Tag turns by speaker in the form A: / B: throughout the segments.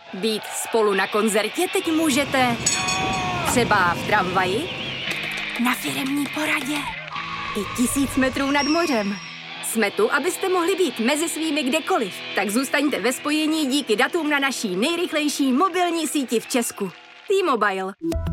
A: Být spolu na koncertě teď můžete třeba v tramvaji, na firemní poradě i 1000 metrů nad mořem. Jsme tu, abyste mohli být mezi svými kdekoliv. Tak zůstaňte ve spojení díky datům na naší nejrychlejší mobilní síti v Česku. T-Mobile.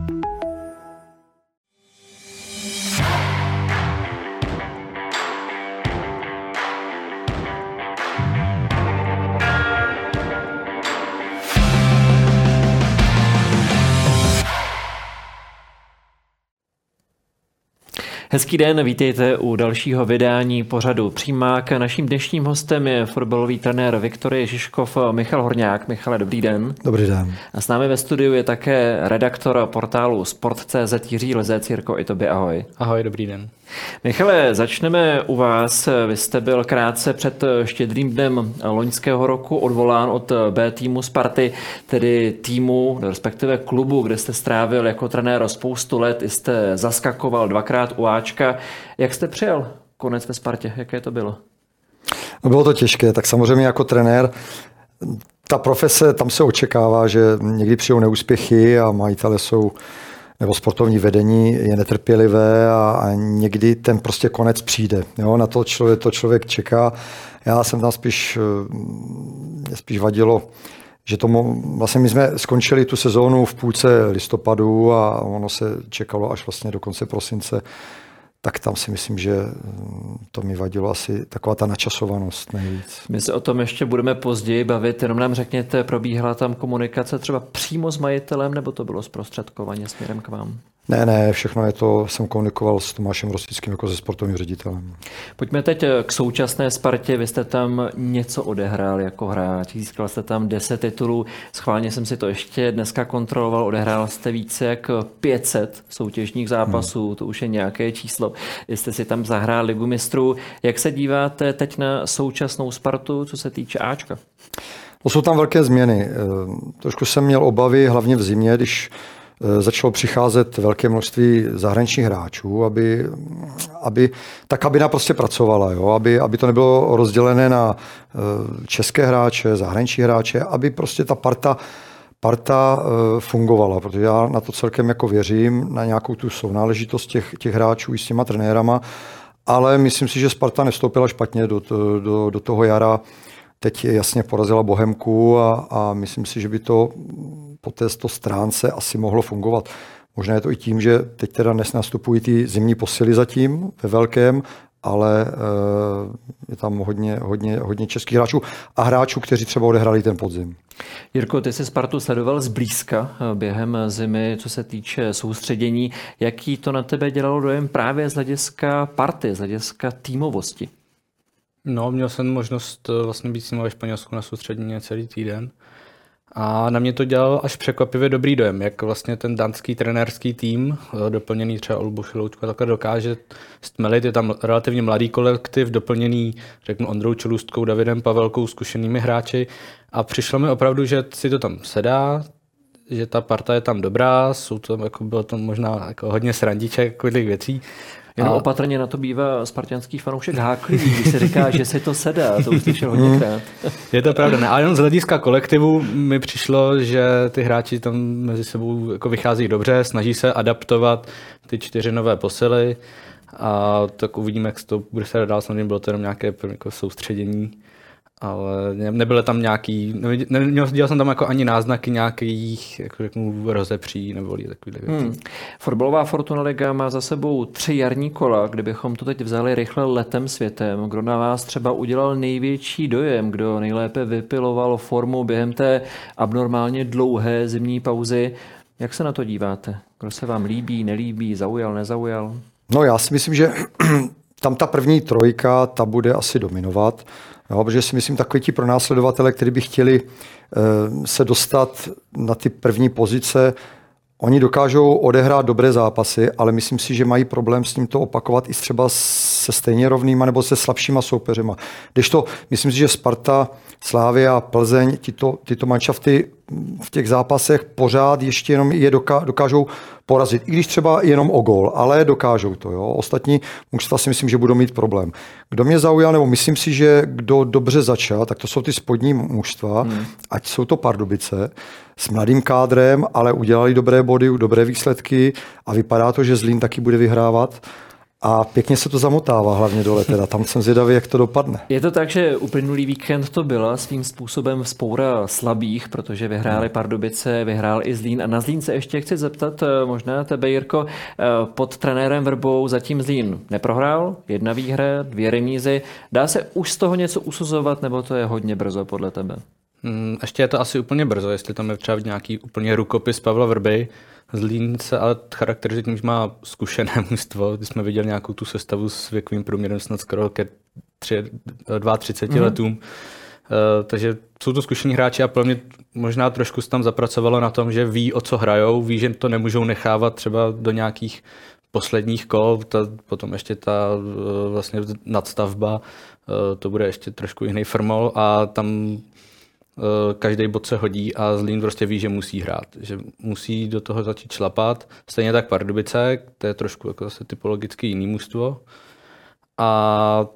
B: Hezký den, vítejte u dalšího vydání pořadu Přímák. Naším dnešním hostem je fotbalový trenér Viktorie Žižkov Michal Horňák. Michale, dobrý den.
C: Dobrý den.
B: A s námi ve studiu je také redaktor portálu Sport.cz Jiří Lezec. Jirko, i tobě ahoj.
D: Ahoj, dobrý den.
B: Michale, začneme u vás. Vy jste byl krátce před Štědrým dnem loňského roku odvolán od B týmu Sparty, tedy týmu, respektive klubu, kde jste strávil jako trenér spoustu let, jste zaskakoval dvakrát u Ačka. Jak jste přijal konec ve Spartě? Jaké to bylo?
C: No, bylo to těžké, tak samozřejmě jako trenér ta profese, tam se očekává, že někdy přijou neúspěchy a majitele jsou nebo sportovní vedení je netrpělivé a někdy ten prostě konec přijde. Jo? Na to člověk čeká. Já jsem tam spíš vadilo, že vlastně my jsme skončili tu sezónu v půlce listopadu a ono se čekalo až vlastně do konce prosince. Tak tam si myslím, že to mi vadilo asi taková ta načasovanost nejvíc.
B: My se o tom ještě budeme později bavit, jenom nám řekněte, probíhala tam komunikace třeba přímo s majitelem, nebo to bylo zprostředkovaně směrem k vám?
C: Ne, všechno jsem komunikoval s Tomášem Rostickým jako se sportovním ředitelem.
B: Pojďme teď k současné Spartě. Vy jste tam něco odehrál jako hráč, získal jste tam 10 titulů, schválně jsem si to ještě dneska kontroloval, odehrál jste více jak 500 soutěžních zápasů, to už je nějaké číslo. Jste si tam zahrál Ligu mistrů. Jak se díváte teď na současnou Spartu, co se týče Ačka?
C: Jsou tam velké změny. Trošku jsem měl obavy, hlavně v zimě, když začalo přicházet velké množství zahraničních hráčů, aby ta kabina prostě pracovala, jo? Aby to nebylo rozdělené na české hráče, zahraniční hráče, aby prostě ta parta fungovala, protože já na to celkem jako věřím, na nějakou tu sounáležitost těch hráčů i s těma trenérama, ale myslím si, že Sparta nevstoupila špatně do toho jara. Teď jasně porazila Bohemku a myslím si, že by to po této stránce asi mohlo fungovat. Možná je to i tím, že teď teda dnes nastupují ty zimní posily zatím ve velkém, ale je tam hodně českých hráčů a hráčů, kteří třeba odehráli ten podzim.
B: Jirko, ty jsi Spartu sledoval zblízka během zimy, co se týče soustředění. Jaký to na tebe dělalo dojem právě z hlediska party, z hlediska týmovosti?
D: No, měl jsem možnost vlastně být s nimi ve Španělsku na soustředění celý týden. A na mě to dělal až překvapivě dobrý dojem, jak vlastně ten dánský trenérský tým, doplněný třeba Olbu Šiloučku, takhle dokáže stmelit. Je tam relativně mladý kolektiv, doplněný, řeknu, Ondrou Čelůstkou, Davidem Pavelkou, zkušenými hráči. A přišlo mi opravdu, že si to tam sedá, že ta parta je tam dobrá, bylo to možná jako hodně srandiček, takových věcí.
B: Jenom opatrně na to bývá spartanský fanoušek háklivý, když se říká, že se to sedá, to už slyšel hodněkrát.
D: Je to pravda, ne? Ale jenom z hlediska kolektivu mi přišlo, že ty hráči tam mezi sebou jako vychází dobře, snaží se adaptovat ty 4 nové posily a tak uvidíme, jak to bude se dál. Samozřejmě bylo to jenom nějaké jako soustředění, ale nebyly tam nedělal jsem tam jako ani náznaky nějakých, jako řeknu, rozepří nebo takové věci.
B: Fotbalová Fortuna Liga má za sebou 3 jarní kola, kdybychom to teď vzali rychle letem světem. Kdo na vás třeba udělal největší dojem, kdo nejlépe vypiloval formu během té abnormálně dlouhé zimní pauzy? Jak se na to díváte? Kdo se vám líbí, nelíbí, zaujal, nezaujal?
C: No já si myslím, že tam ta první trojka, ta bude asi dominovat. Jo, protože si myslím, takoví ti pronásledovatele, kteří by chtěli se dostat na ty první pozice, oni dokážou odehrát dobré zápasy, ale myslím si, že mají problém s tím to opakovat i třeba se stejně rovnýma nebo se slabšíma soupeřema. Kdežto myslím si, že Sparta, Slavia, Plzeň, tyto manšafty v těch zápasech pořád ještě jenom je dokážou porazit. I když třeba jenom o gól, ale dokážou to. Jo. Ostatní mužstva si myslím, že budou mít problém. Kdo mě zaujal, nebo myslím si, že kdo dobře začal, tak to jsou ty spodní mužstva, ať jsou to Pardubice, s mladým kádrem, ale udělali dobré body, dobré výsledky a vypadá to, že Zlín taky bude vyhrávat. A pěkně se to zamotává hlavně dole, teda tam jsem zvědavý, jak to dopadne.
B: Je to tak, že uplynulý víkend to byla svým způsobem vzpoura slabých, protože vyhráli Pardubice, vyhrál i Zlín. A na Zlín se ještě chci zeptat, možná tebe, Jirko, pod trenérem Vrbou zatím Zlín neprohrál, 1 výhra, 2 remízy. Dá se už z toho něco usuzovat, nebo to je hodně brzo podle tebe?
D: Ještě je to asi úplně brzo, jestli tam je třeba nějaký úplně rukopis Pavla Vrby. Zlín se ale charakterizuje tím, že má zkušené mužstvo. Když jsme viděli nějakou tu sestavu s věkovým průměrem snad skoro ke 32 letům. Takže jsou to zkušení hráči a pro mě možná trošku se tam zapracovalo na tom, že ví, o co hrajou, ví, že to nemůžou nechávat třeba do nějakých posledních kol, potom ještě ta vlastně nadstavba, to bude ještě trošku jiný formol a tam každý bod se hodí a Zlín prostě ví, že musí hrát, že musí do toho začít šlapat. Stejně tak Pardubice, to je trošku jako zase typologicky jiný mužstvo. A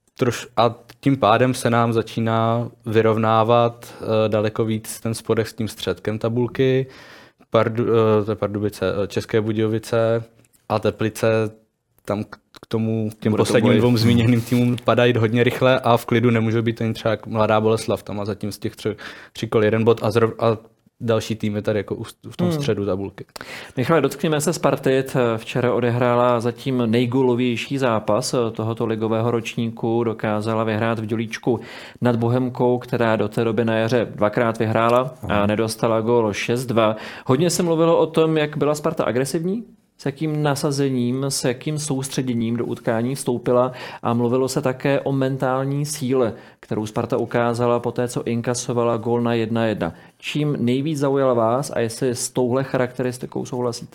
D: tím pádem se nám začíná vyrovnávat daleko víc ten spodek s tím středkem tabulky. Pardubice, České Budějovice a Teplice tam těm posledním 2 zmíněným týmům padají hodně rychle a v klidu nemůže být ten třeba Mladá Boleslav, tam má zatím z těch 3 kol 1 bod a další tým je tady jako v tom středu tabulky.
B: Michale, dotkněme se Sparty. Včera odehrála zatím nejgólovější zápas tohoto ligového ročníku. Dokázala vyhrát v Dělíčku nad Bohemkou, která do té doby na jaře 2krát vyhrála a nedostala gól 6-2. Hodně se mluvilo o tom, jak byla Sparta agresivní, s jakým nasazením, s jakým soustředěním do utkání vstoupila a mluvilo se také o mentální síle, kterou Sparta ukázala po té, co inkasovala gól na 1-1. Čím nejvíc zaujala vás a jestli s touhle charakteristikou souhlasíte?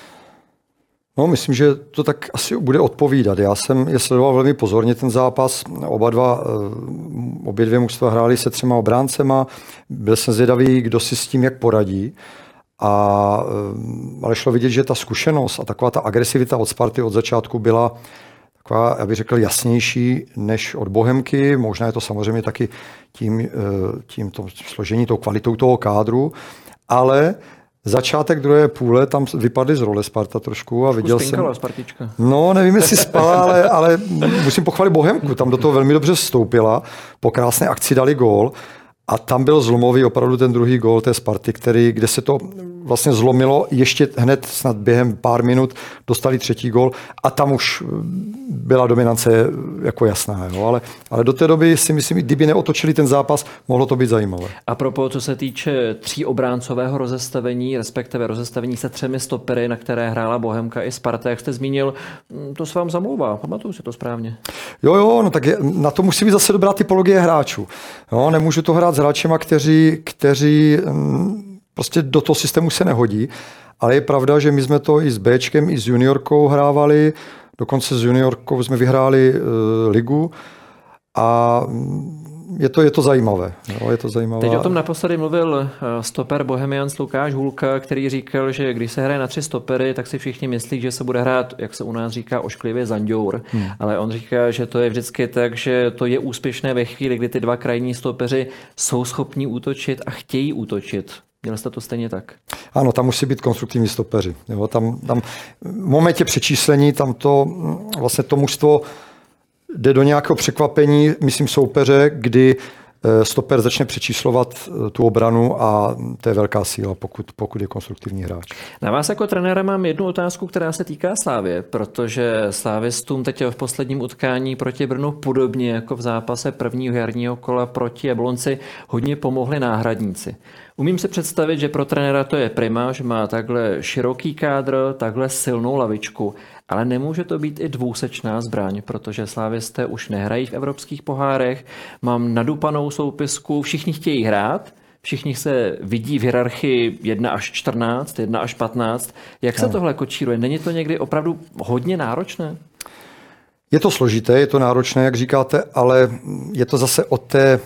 C: No, myslím, že to tak asi bude odpovídat. Já jsem je sledoval velmi pozorně ten zápas. Obě dvě mužstva hrály se 3 obráncema. Byl jsem zvědavý, kdo si s tím jak poradí. Ale šlo vidět, že ta zkušenost a taková ta agresivita od Sparty od začátku byla taková, já bych řekl, jasnější než od Bohemky. Možná je to samozřejmě taky tím složení, tou kvalitou toho kádru, ale začátek druhé půle, tam vypadly z role Sparta trošku a viděl jsem...
B: Spartička.
C: No, nevím, jestli spala, ale musím pochválit Bohemku. Tam do toho velmi dobře vstoupila. Po krásné akci dali gól. A tam byl zlomový opravdu ten druhý gól té Sparty, kde se to vlastně zlomilo, ještě hned snad během pár minut dostali 3. gól a tam už byla dominance jako jasná. Jo? Ale do té doby si myslím, kdyby neotočili ten zápas, mohlo to být zajímavé.
B: A propos, co se týče 3obráncového rozestavení, respektive rozestavení se 3 stopery, na které hrála Bohemka i Sparta, jak jste zmínil, to se vám zamlouvá, pamatuju si to správně.
C: Jo, no tak na to musí být zase dobrá typologie hráčů. Jo, nemůžu to hrát s hráčema, kteří prostě do toho systému se nehodí, ale je pravda, že my jsme to i s Bčkem, i s juniorkou hrávali, dokonce s juniorkou jsme vyhráli ligu a je to zajímavé. Jo, je to zajímavé.
B: Teď o tom naposledy mluvil stoper Bohemians Lukáš Hůlka, který říkal, že když se hraje na 3 stopery, tak si všichni myslí, že se bude hrát, jak se u nás říká, ošklivě zanděur. Ale on říká, že to je vždycky tak, že to je úspěšné ve chvíli, kdy ty 2 krajní stopeři jsou schopní útočit a chtějí útočit. Měl jste to stejně tak?
C: Ano, tam musí být konstruktivní stopeři. Jo, tam v momentě přečíslení tam to vlastně to mužstvo jde do nějakého překvapení, myslím soupeře, kdy stoper začne přečíslovat tu obranu a to je velká síla, pokud je konstruktivní hráč.
B: Na vás jako trenéra mám jednu otázku, která se týká Slávie, protože slávistům teď v posledním utkání proti Brnu podobně jako v zápase prvního jarního kola proti Jablonci hodně pomohli náhradníci. Umím si představit, že pro trenéra to je prima, že má takhle široký kádr, takhle silnou lavičku, ale nemůže to být i dvousečná zbraň, protože slávisté už nehrají v evropských pohárech, mám nadupanou soupisku, všichni chtějí hrát, všichni se vidí v hierarchii 1 až 14, 1 až 15. Jak se tohle kočíruje? Není to někdy opravdu hodně náročné?
C: Je to složité, je to náročné, jak říkáte, ale je to zase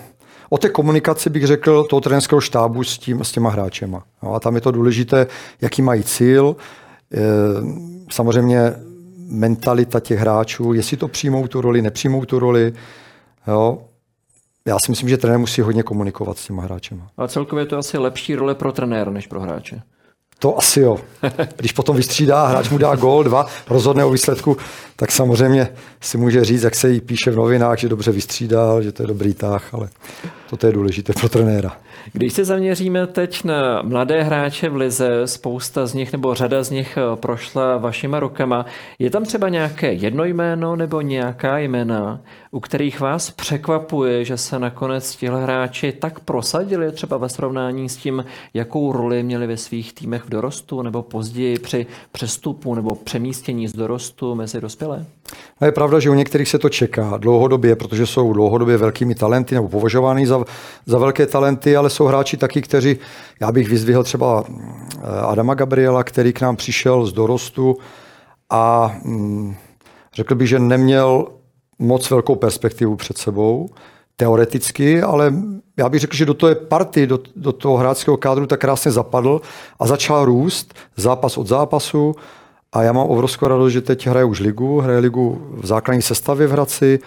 C: o té komunikaci bych řekl toho trenérského štábu s těma hráčema. No, a tam je to důležité, jaký mají cíl, samozřejmě mentalita těch hráčů, jestli to přijmou tu roli, nepřijmou tu roli. Jo. Já si myslím, že trenér musí hodně komunikovat s těma hráčema.
B: A celkově je to asi lepší role pro trenéra než pro hráče.
C: To asi jo. Když potom vystřídá, hráč mu dá gól, 2, rozhodne o výsledku, tak samozřejmě si může říct, jak se jí píše v novinách, že dobře vystřídal, že to je dobrý tah, ale toto je důležité pro trenéra.
B: Když se zaměříme teď na mladé hráče v lize, spousta z nich nebo řada z nich prošla vašima rukama, je tam třeba nějaké jedno jméno nebo nějaká jména, u kterých vás překvapuje, že se nakonec tihle hráči tak prosadili třeba ve srovnání s tím, jakou roli měli ve svých týmech v dorostu nebo později při přestupu nebo přemístění z dorostu mezi dospělé?
C: No je pravda, že u některých se to čeká dlouhodobě, protože jsou dlouhodobě velkými talenty nebo považovány za velké talenty, ale jsou hráči taky, kteří, já bych vyzdvihl třeba Adama Gabriela, který k nám přišel z dorostu a řekl bych, že neměl moc velkou perspektivu před sebou, teoreticky, ale já bych řekl, že do té party, do toho hráčského kádru tak krásně zapadl a začal růst zápas od zápasu. A já mám obrovskou radost, že teď hraje už ligu, hraje ligu v základní sestavě v Hradci,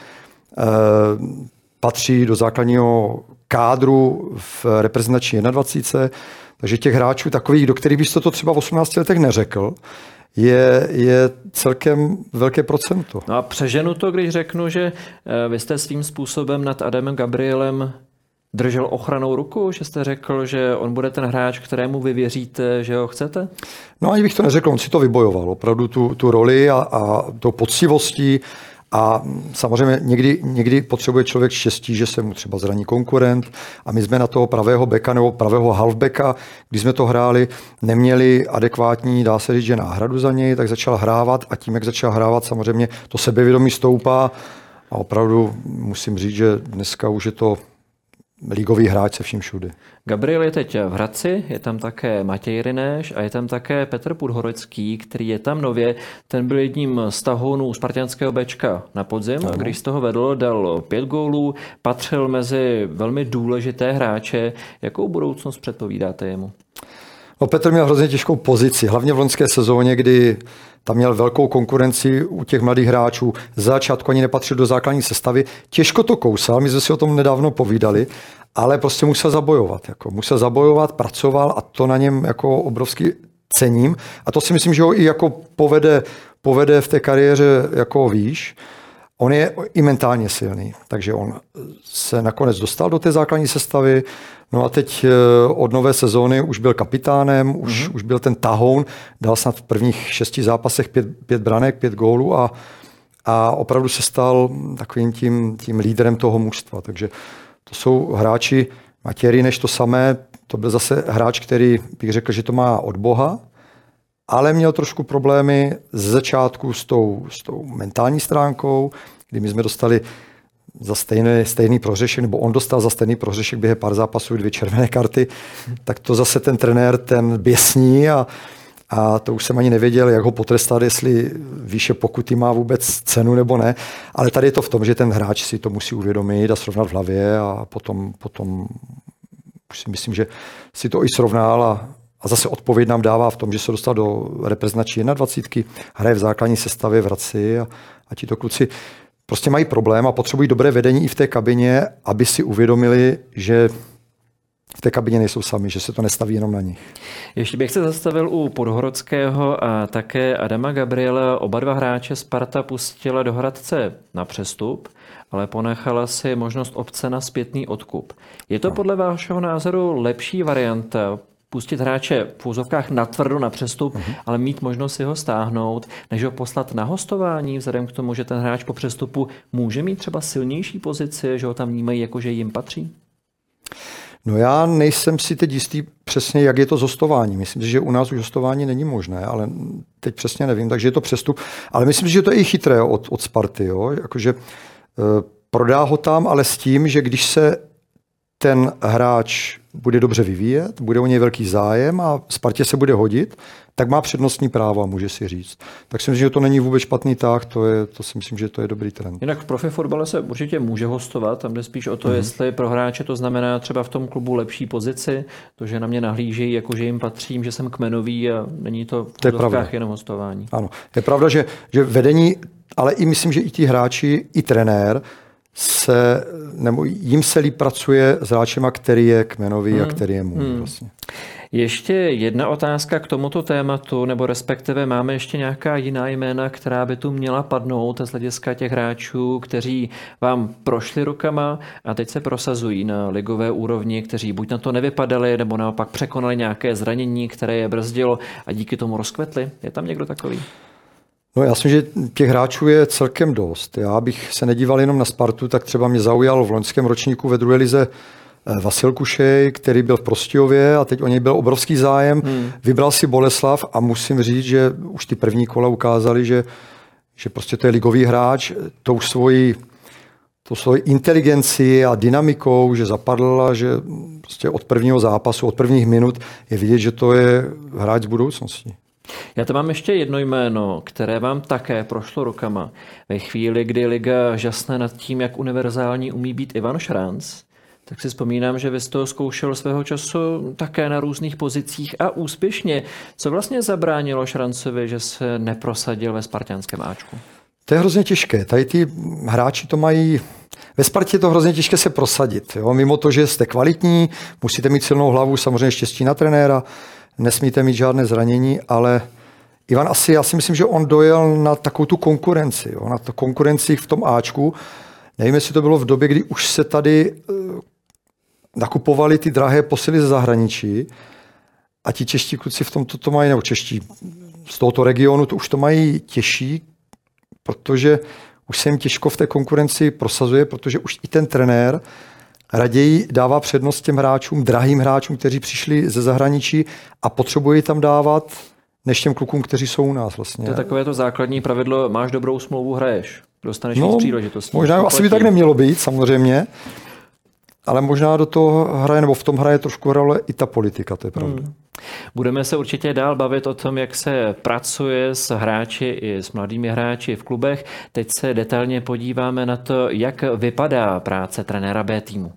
C: patří do základního kádru v reprezentační 21. Takže těch hráčů takových, do kterých byste to třeba v 18 letech neřekl, je celkem velké procento.
B: No a přeženu to, když řeknu, že vy jste svým způsobem nad Adamem Gabrielem držel ochranou ruku, že jste řekl, že on bude ten hráč, kterému vy věříte, že ho chcete?
C: No ani bych to neřekl, on si to vybojoval, opravdu tu roli a tou poctivostí a samozřejmě někdy potřebuje člověk štěstí, že se mu třeba zraní konkurent a my jsme na toho pravého beka nebo pravého halfbacka, když jsme to hráli, neměli adekvátní, dá se říct, že náhradu za něj, tak začal hrávat a tím, jak začal hrávat, samozřejmě to sebevědomí stoupá a opravdu musím říct, že dneska už je to ligový hráč se vším všude.
B: Gabriel je teď v Hradci, je tam také Matěj Ryneš a je tam také Petr Podhorocký, který je tam nově. Ten byl jedním z tahounů spartanského Bčka na podzim. Ano. Když z toho vedl, dal 5 gólů, patřil mezi velmi důležité hráče. Jakou budoucnost předpovídáte jemu?
C: No, Petr měl hrozně těžkou pozici, hlavně v loňské sezóně, kdy tam měl velkou konkurenci u těch mladých hráčů. Z začátku ani nepatřil do základní sestavy. Těžko to kousal, my jsme si o tom nedávno povídali, ale prostě musel zabojovat, pracoval a to na něm jako obrovsky cením. A to si myslím, že ho i jako povede v té kariéře jako výš. On je i mentálně silný, takže on se nakonec dostal do té základní sestavy. No a teď od nové sezóny už byl kapitánem, už byl ten tahoun, dal snad v prvních 6 zápasech 5 branek, 5 gólů a opravdu se stal takovým tím lídrem toho mužstva. Takže to jsou hráči, Matěj Ryneš to samé, to byl zase hráč, který bych řekl, že to má od Boha, ale měl trošku problémy z začátku s tou mentální stránkou, kdy my jsme dostali za stejný prohřešek, nebo on dostal za stejný prohřešek během pár zápasů 2 červené karty, tak to zase ten trenér ten běsní a to už jsem ani nevěděl, jak ho potrestat, jestli výše pokuty má vůbec cenu nebo ne. Ale tady je to v tom, že ten hráč si to musí uvědomit a srovnat v hlavě a potom už si myslím, že si to i srovnal a zase odpověď nám dává v tom, že se dostal do reprezentační 21, hraje v základní sestavě v Hradci a tito kluci prostě mají problém a potřebují dobré vedení i v té kabině, aby si uvědomili, že v té kabině nejsou sami, že se to nestaví jenom na nich.
B: Ještě bych se zastavil u Podhorockého a také Adama Gabriela. Oba dva hráče Sparta pustila do Hradce na přestup, ale ponechala si možnost opce na zpětný odkup. Je to podle vašeho názoru lepší varianta pustit hráče v úzovkách natvrdo na přestup, ale mít možnost si ho stáhnout, než ho poslat na hostování, vzhledem k tomu, že ten hráč po přestupu může mít třeba silnější pozici, že ho tam vnímají jako, že jim patří?
C: No já nejsem si teď jistý přesně, jak je to s hostováním. Myslím si, že u nás už hostování není možné, ale teď přesně nevím, takže je to přestup. Ale myslím si, že to je i chytré od Sparty. Jo? Jakože prodá ho tam, ale s tím, že když se ten hráč bude dobře vyvíjet, bude o něj velký zájem a Spartě se bude hodit, tak má přednostní právo, může si říct. Tak si myslím, že to není vůbec špatný tah, to si myslím, že to je dobrý trend.
B: Jinak v profi fotbale se určitě může hostovat, tam jde spíš o to, jestli pro hráče to znamená třeba v tom klubu lepší pozici, to, že na mě nahlížejí, jako že jim patřím, že jsem kmenový a není to v úzovkách jenom hostování.
C: Ano, je pravda, že vedení, ale i myslím, že i ti hráči, i trenér, jim se líp pracuje s hráčema, který je kmenový a který je můj. Vlastně.
B: Ještě jedna otázka k tomuto tématu, nebo respektive máme ještě nějaká jiná jména, která by tu měla padnout z hlediska těch hráčů, kteří vám prošli rukama a teď se prosazují na ligové úrovni, kteří buď na to nevypadali, nebo naopak překonali nějaké zranění, které je brzdilo a díky tomu rozkvetli. Je tam někdo takový?
C: No já myslím, že těch hráčů je celkem dost. Já bych se nedíval jenom na Spartu, tak třeba mě zaujal v loňském ročníku ve druhé lize Vasil Kušej, který byl v Prostějově a teď o něj byl obrovský zájem. Vybral si Boleslav a musím říct, že už ty první kola ukázali, že prostě to je ligový hráč, tou svojí inteligenci a dynamikou, že zapadl a že prostě od prvního zápasu, od prvních minut je vidět, že to je hráč z budoucnosti.
B: Já tam mám ještě jedno jméno, které vám také prošlo rukama. Ve chvíli, kdy liga žasne nad tím, jak univerzální umí být Ivan Šranc, tak si vzpomínám, že vy jste to zkoušel svého času také na různých pozicích a úspěšně. Co vlastně zabránilo Šrancovi, že se neprosadil ve spartanském áčku?
C: To je hrozně těžké. Tady ty hráči to mají... Ve Spartě je to hrozně těžké se prosadit. Jo? Mimo to, že jste kvalitní, musíte mít silnou hlavu, samozřejmě štěstí na trenéra, nesmíte mít žádné zranění, ale Ivan asi, já si myslím, že on dojel na takovou tu konkurenci, jo? Na to konkurenci v tom áčku. Nevím, jestli to bylo v době, kdy už se tady nakupovali ty drahé posily ze zahraničí a ti čeští kluci v tom to mají, nebo čeští z tohoto regionu, to už to mají těžší, protože už se jim těžko v té konkurenci prosazuje, protože už i ten trenér raději dává přednost těm hráčům, drahým hráčům, kteří přišli ze zahraničí a potřebují tam dávat, než těm klukům, kteří jsou u nás vlastně.
B: To je takové to základní pravidlo, máš dobrou smlouvu, hraješ. Dostaneš víc příležitostí.
C: Možná asi by tak nemělo být, samozřejmě, ale možná do toho hraje, nebo v tom hraje trošku role i ta politika, to je pravda.
B: Budeme se určitě dál bavit o tom, jak se pracuje s hráči i s mladými hráči v klubech. Teď se detailně podíváme na to, jak vypadá práce trenéra B týmu.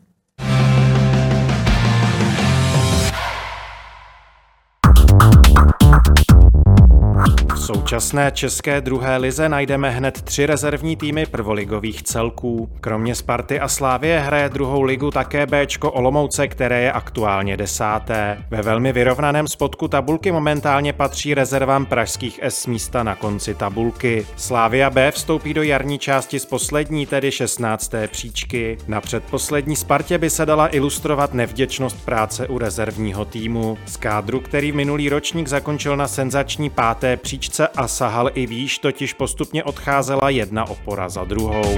E: V současné české druhé lize najdeme hned 3 rezervní týmy prvoligových celků. Kromě Sparty a Slavie hraje druhou ligu také Bčko Olomouce, které je aktuálně 10. Ve velmi vyrovnaném spodku tabulky momentálně patří rezervám pražských S místa na konci tabulky. Slavia B vstoupí do jarní části z poslední, tedy 16. příčky. Na předposlední Spartě by se dala ilustrovat nevděčnost práce u rezervního týmu. Z kádru, který minulý ročník zakončil na senzační 5. příčce a sahal i výš, totiž postupně odcházela jedna opora za druhou.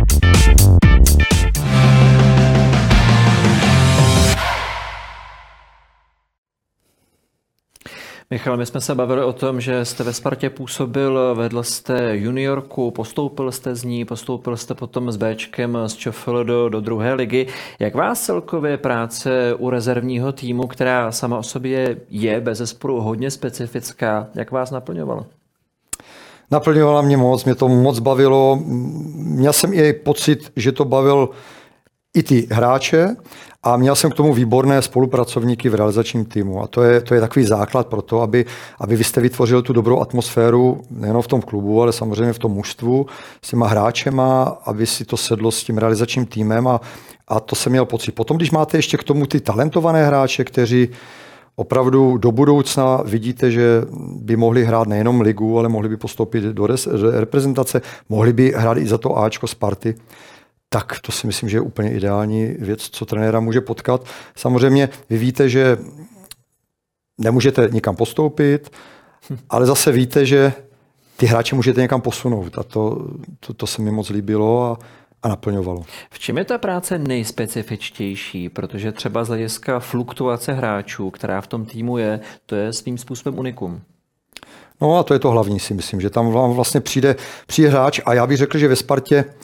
B: Michal, my jsme se bavili o tom, že jste ve Spartě působil, vedl jste juniorku, postoupil jste z ní, postoupil jste potom s Bčkem z ČFL do druhé ligy. Jak vás celkově práce u rezervního týmu, která sama o sobě je bezesporu hodně specifická, jak vás naplňovala?
C: Naplňovala mě moc, mě to moc bavilo. Měl jsem i pocit, že to bavil i ty hráče a měl jsem k tomu výborné spolupracovníky v realizačním týmu. A to je takový základ pro to, aby vy jste vytvořil tu dobrou atmosféru nejen v tom klubu, ale samozřejmě v tom mužstvu s těma hráčema, aby si to sedlo s tím realizačním týmem a to jsem měl pocit. Potom, když máte ještě k tomu ty talentované hráče, kteří opravdu do budoucna vidíte, že by mohli hrát nejenom ligu, ale mohli by postoupit do reprezentace, mohli by hrát i za to Ačko Sparty, tak to si myslím, že je úplně ideální věc, co trenéra může potkat. Samozřejmě vy víte, že nemůžete nikam postoupit, ale zase víte, že ty hráče můžete někam posunout a to se mi moc líbilo a naplňovalo.
B: V čem je ta práce nejspecifičtější? Protože třeba z hlediska fluktuace hráčů, která v tom týmu je, to je svým způsobem unikum.
C: No a to je to hlavní, si myslím, že tam vám vlastně přijde hráč a já bych řekl, že ve Spartě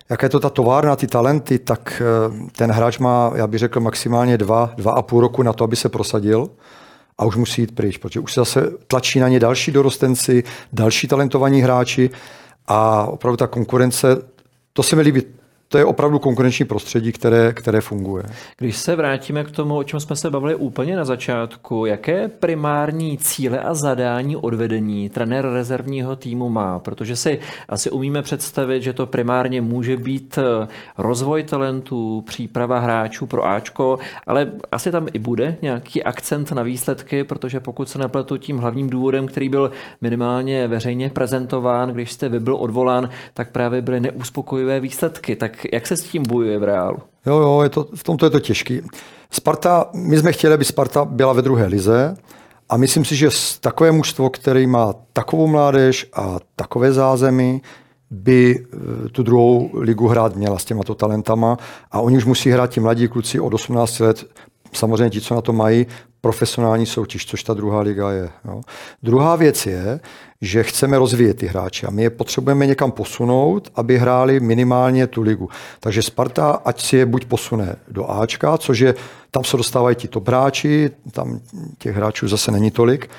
C: jaká je to ta továrna, ty talenty, tak ten hráč má, já bych řekl, maximálně 2,5 roku na to, aby se prosadil a už musí jít pryč, protože už se zase tlačí na ně další dorostenci, další talentovaní hráči a opravdu ta konkurence, to se mi líbí. To je opravdu konkurenční prostředí, které funguje.
B: Když se vrátíme k tomu, o čem jsme se bavili úplně na začátku, jaké primární cíle a zadání odvedení trenér rezervního týmu má? Protože si asi umíme představit, že to primárně může být rozvoj talentů, příprava hráčů pro Ačko, ale asi tam i bude nějaký akcent na výsledky, protože pokud se nepletu, tím hlavním důvodem, který byl minimálně veřejně prezentován, když jste vy byl odvolán, tak právě byly neuspokojivé výsledky. Tak jak se s tím bojuje v reálu?
C: Jo, v tomto je to těžký. My jsme chtěli, aby Sparta byla ve druhé lize a myslím si, že takové mužstvo, který má takovou mládež a takové zázemí, by tu druhou ligu hrát měla s těmato talentama a oni už musí hrát ti mladí kluci od 18 let, samozřejmě ti, co na to mají, profesionální soutěž, což ta druhá liga je. Jo. Druhá věc je, že chceme rozvíjet ty hráče a my je potřebujeme někam posunout, aby hráli minimálně tu ligu. Takže Sparta, ať si je buď posune do Ačka, což je, tam se dostávají ti top hráči, tam těch hráčů zase není tolik,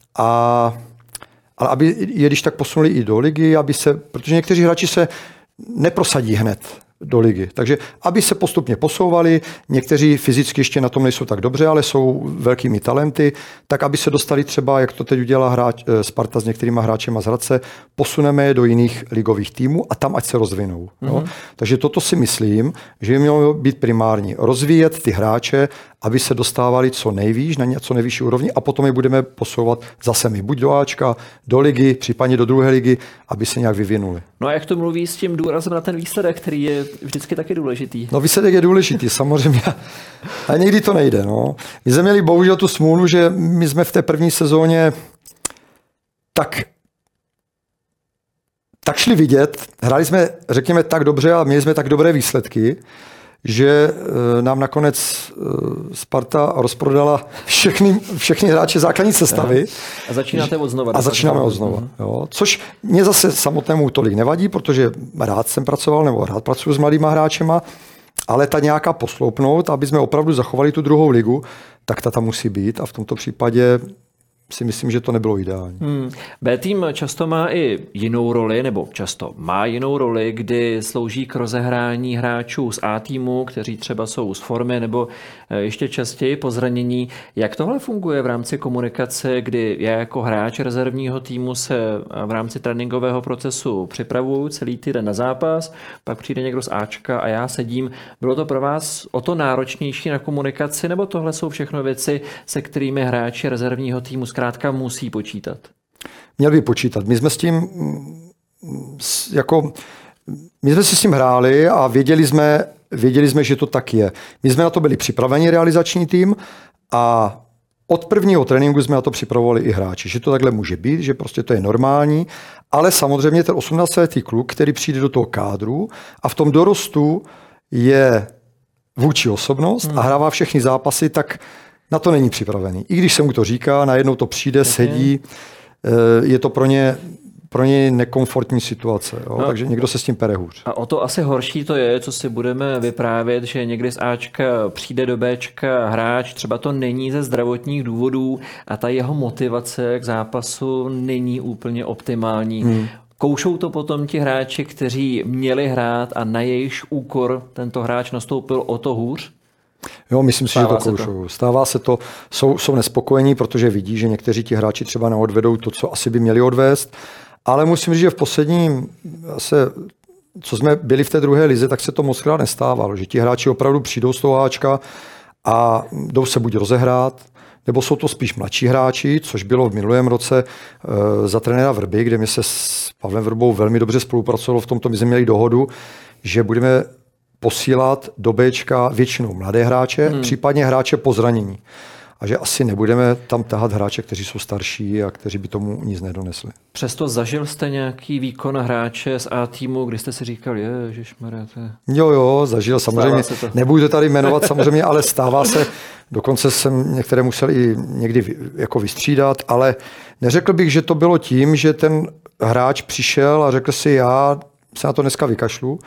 C: ale aby je když tak posunuli i do ligy, protože někteří hráči se neprosadí hned do ligy. Takže aby se postupně posouvali, někteří fyzicky ještě na tom nejsou tak dobře, ale jsou velkými talenty, tak aby se dostali třeba, jak to teď udělá Sparta s některýma hráčema z Hradce, posuneme je do jiných ligových týmů a tam ať se rozvinou. Jo? Takže toto si myslím, že by mělo být primární. Rozvíjet ty hráče, aby se dostávali co nejvýš, na něco nejvyšší úrovni a potom je budeme posouvat zase my, buď do Ačka, do ligy, případně do druhé ligy, aby se nějak vyvinuli.
B: No a jak to mluví s tím důrazem na ten výsledek, který je vždycky taky důležitý?
C: No výsledek je důležitý, samozřejmě, ale někdy to nejde. No. My jsme měli bohužel tu smůlu, že my jsme v té první sezóně tak šli vidět, hráli jsme, řekněme, tak dobře a měli jsme tak dobré výsledky, že nám nakonec Sparta rozprodala všechny hráče základní sestavy.
B: A začínáte od znova.
C: A začínáme od znova. Jo. Což mě zase samotnému tolik nevadí, protože rád jsem pracoval, nebo rád pracuji s mladýma hráčema, ale ta nějaká posloupnout, aby jsme opravdu zachovali tu druhou ligu, tak ta tam musí být a v tomto případě si myslím, že to nebylo ideální.
B: B tým často má i jinou roli, nebo často má jinou roli, kdy slouží k rozehrání hráčů z A týmu, kteří třeba jsou z formy, nebo ještě častěji po zranění. Jak tohle funguje v rámci komunikace, kdy já jako hráč rezervního týmu se v rámci tréninkového procesu připravuju celý týden na zápas, pak přijde někdo z Ačka a já sedím. Bylo to pro vás o to náročnější na komunikaci, nebo tohle jsou všechno věci, se kterými hráči rezervního týmu zkrátka musí počítat?
C: Měl by počítat. My jsme s tím my jsme si s tím hráli a věděli jsme, že to tak je. My jsme na to byli připraveni, realizační tým, a od prvního tréninku jsme na to připravovali i hráči, že to takhle může být, že prostě to je normální, ale samozřejmě ten 18letý kluk, který přijde do toho kádru a v tom dorostu je vůči osobnost a hrává všechny zápasy, tak na to není připravený. I když se mu to říká, najednou to přijde, sedí, je to pro ně nekomfortní situace, jo? No, takže někdo se s tím pere hůř.
B: A o to asi horší to je, co si budeme vyprávět, že někdy z Ačka přijde do Bčka hráč, třeba to není ze zdravotních důvodů a ta jeho motivace k zápasu není úplně optimální. Koušou to potom ti hráči, kteří měli hrát a na jejichž úkor tento hráč nastoupil o to hůř?
C: Jo, myslím si, že to koušou. Stává se to, jsou nespokojení, protože vidí, že někteří ti hráči třeba neodvedou to, co asi by měli odvést, ale musím říct, že v posledním, co jsme byli v té druhé lize, tak se to moc krát nestávalo, že ti hráči opravdu přijdou z toho Ačka a jdou se buď rozehrát, nebo jsou to spíš mladší hráči, což bylo v minulém roce za trenéra Vrby, kde my se s Pavlem Vrbou velmi dobře spolupracovalo v tomto, my jsme měli dohodu, že budeme posílat do Bčka většinou mladé hráče, případně hráče po zranění. A že asi nebudeme tam tahat hráče, kteří jsou starší a kteří by tomu nic nedonesli.
B: Přesto zažil jste nějaký výkon hráče z A týmu, kdy jste si říkal, ježišmarja, to je...
C: Jo, zažil samozřejmě. Nebudu to tady jmenovat samozřejmě, ale stává se. Dokonce jsem některé musel i někdy jako vystřídat, ale neřekl bych, že to bylo tím, že ten hráč přišel a řekl si, já se na to dneska vykašlu,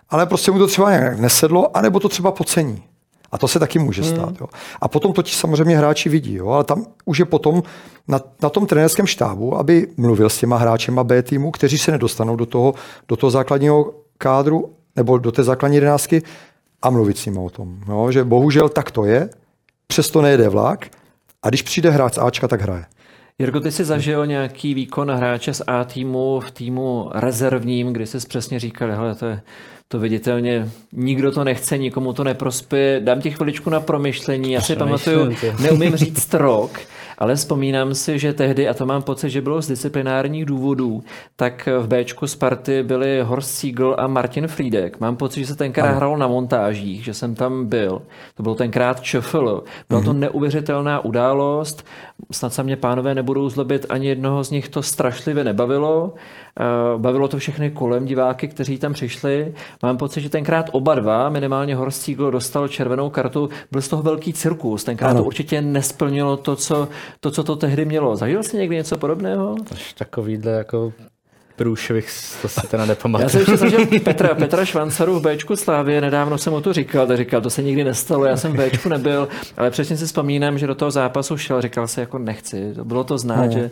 C: ale prostě mu to třeba nějak nesedlo, anebo to třeba podcení. A to se taky může stát. Jo. A potom to ti samozřejmě hráči vidí, jo. Ale tam už je potom na tom trenérském štábu, aby mluvil s těma hráčema B týmu, kteří se nedostanou do toho základního kádru nebo do té základní 11 a mluvit s nimi o tom. Jo. Že bohužel tak to je, přesto nejede vlak a když přijde hráč z Ačka, tak hraje.
B: Jirko, ty jsi zažil nějaký výkon hráče z A týmu v týmu rezervním, kdy jsi přesně říkal, hele, to viditelně nikdo to nechce, nikomu to neprospěje. Dám ti chviličku na promyšlení. Já si pamatuju, neumím říct rok, ale vzpomínám si, že tehdy, a to mám pocit, že bylo z disciplinárních důvodů, tak v Bčku Sparty byli Horst Siegel a Martin Friedek. Mám pocit, že se tenkrát hralo na montážích, že jsem tam byl. To bylo tenkrát ČFL. Byla to neuvěřitelná událost. Snad se mě pánové nebudou zlobit, ani jednoho z nich to strašlivě nebavilo. Bavilo to všechny kolem diváky, kteří tam přišli. Mám pocit, že tenkrát oba dva, minimálně Horst Siegel dostal červenou kartu, byl z toho velký cirkus. Tenkrát to určitě nesplnilo to, co to tehdy mělo. Zažil jsi někdy něco podobného?
D: Takovýhle jako průšvih, to si teda nepamatuju.
B: Já jsem ještě zažil Petra Švancaru v Bčku Slávie, nedávno jsem mu to říkal, to se nikdy nestalo, já jsem v Bčku nebyl, ale přesně si vzpomínám, že do toho zápasu šel, říkal se jako nechci, bylo to znát, že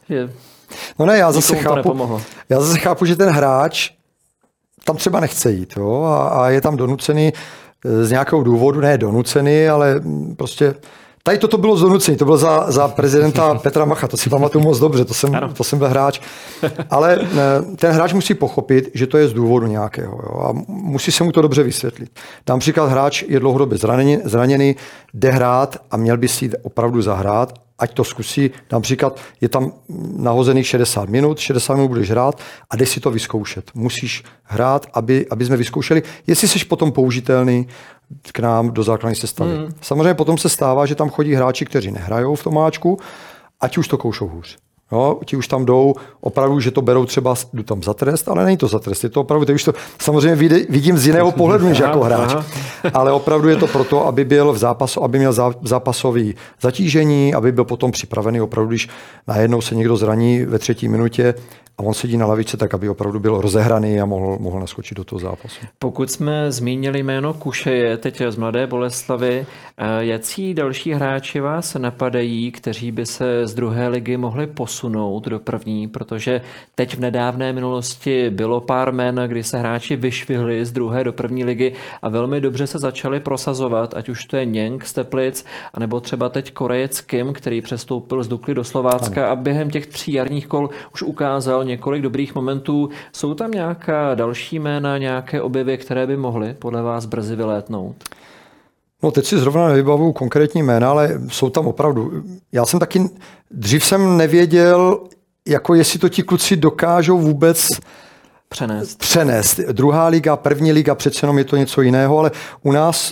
C: no ne, já zase chápu, že ten hráč tam třeba nechce jít, jo, a je tam donucený z nějakého důvodu, ne donucený, ale prostě tady toto bylo donucený, to bylo za prezidenta Petra Macha, to si pamatuju moc dobře, to jsem byl hráč, ale ten hráč musí pochopit, že to je z důvodu nějakého, jo, a musí se mu to dobře vysvětlit. Dám příklad, hráč je dlouhodobě zraněný, jde hrát a měl by si opravdu zahrát, ať to zkusí, například je tam nahozených 60 minut budeš hrát a jdeš si to vyzkoušet. Musíš hrát, aby jsme vyzkoušeli, jestli jsi potom použitelný k nám do základní sestavy. Samozřejmě potom se stává, že tam chodí hráči, kteří nehrajou v tom Ačku, ať už to koušou hůř. Jo, ti už tam jdou, opravdu, že to berou třeba, jdu tam za trest, ale není to za trest, je to opravdu, už to samozřejmě vidím z jiného pohledu, než jako hráč. Ale opravdu je to proto, aby byl v zápasu, aby měl zápasový zatížení, aby byl potom připravený opravdu, když najednou se někdo zraní ve 3. minutě a on sedí na lavičce, tak aby opravdu byl rozehraný a mohl naskočit do toho zápasu.
B: Pokud jsme zmínili jméno Kušeje, teď z Mladé Boleslavi, jací další hráči vás napadají, kteří by se z druhé ligy mohli posunout do první, protože teď v nedávné minulosti bylo pár jmen, kdy se hráči vyšvihli z druhé do první ligy a velmi dobře se začali prosazovat, ať už to je Něnk z Teplic, anebo třeba teď Korejec Kim, který přestoupil z Dukly do Slovácka a během těch 3 jarních kol už ukázal několik dobrých momentů. Jsou tam nějaká další jména, nějaké objevy, které by mohly podle vás brzy vylétnout?
C: No teď si zrovna nevybavuju konkrétní jména, ale jsou tam opravdu. Já jsem taky, dřív jsem nevěděl, jako jestli to ti kluci dokážou vůbec přenést. Druhá liga, první liga, přece jenom je to něco jiného, ale u nás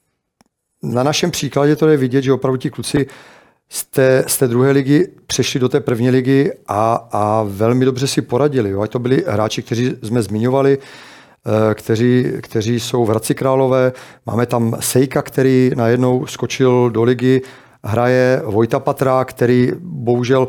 C: na našem příkladě to je vidět, že opravdu ti kluci z té druhé ligy přešli do té první ligy a velmi dobře si poradili. Jo. A to byli hráči, kteří jsme zmiňovali, kteří jsou v Hradci Králové. Máme tam Sejka, který najednou skočil do ligy, hraje Vojta Patra, který bohužel